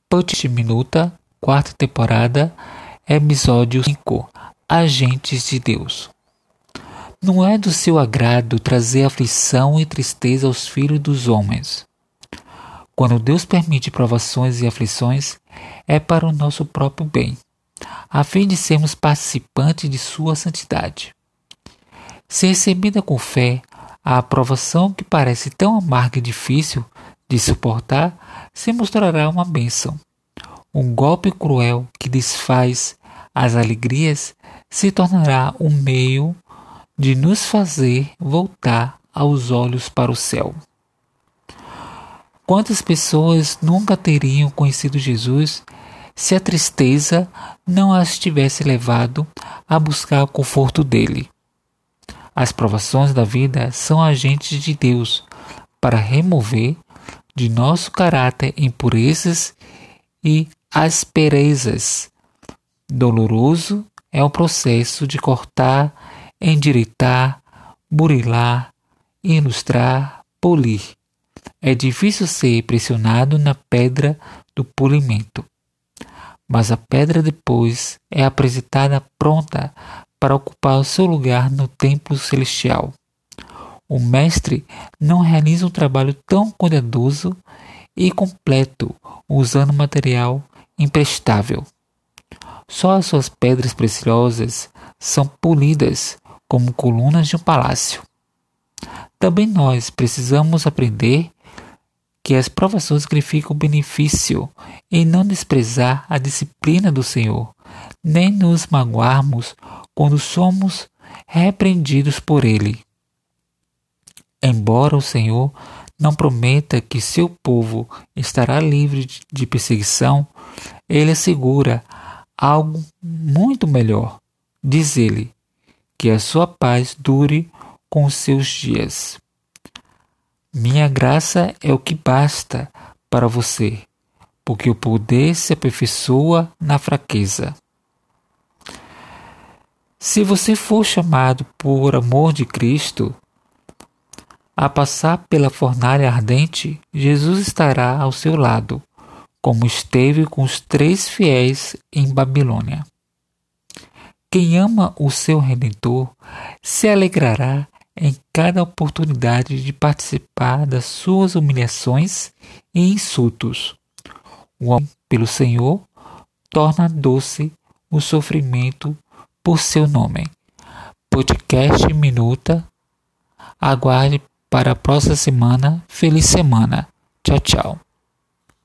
Podcast Minuta, 4ª temporada, episódio 5, Agentes de Deus. Não é do seu agrado trazer aflição e tristeza aos filhos dos homens. Quando Deus permite provações e aflições, é para o nosso próprio bem, a fim de sermos participantes de sua santidade. Se recebida com fé, a aprovação que parece tão amarga e difícil de suportar se mostrará uma bênção. Um golpe cruel que desfaz as alegrias se tornará um meio de nos fazer voltar aos olhos para o céu. Quantas pessoas nunca teriam conhecido Jesus se a tristeza não as tivesse levado a buscar o conforto dele? As provações da vida são agentes de Deus para remover de nosso caráter impurezas e asperezas. Doloroso é o processo de cortar, endireitar, burilar, ilustrar, polir. É difícil ser pressionado na pedra do polimento, mas a pedra depois é apresentada pronta para ocupar o seu lugar no templo celestial. O mestre não realiza um trabalho tão cuidadoso e completo usando material imprestável. Só as suas pedras preciosas são polidas como colunas de um palácio. Também nós precisamos aprender que as provações significam benefício e não desprezar a disciplina do Senhor, nem nos magoarmos quando somos repreendidos por Ele. Embora o Senhor não prometa que seu povo estará livre de perseguição, Ele assegura algo muito melhor. Diz Ele que a sua paz dure com os seus dias. Minha graça é o que basta para você, porque o poder se aperfeiçoa na fraqueza. Se você for chamado por amor de Cristo a passar pela fornalha ardente, Jesus estará ao seu lado, como esteve com os 3 fiéis em Babilônia. Quem ama o seu Redentor se alegrará em cada oportunidade de participar das suas humilhações e insultos. O amor pelo Senhor torna doce o sofrimento por seu nome. Podcast Minuta. Aguarde para a próxima semana. Feliz semana. Tchau, tchau.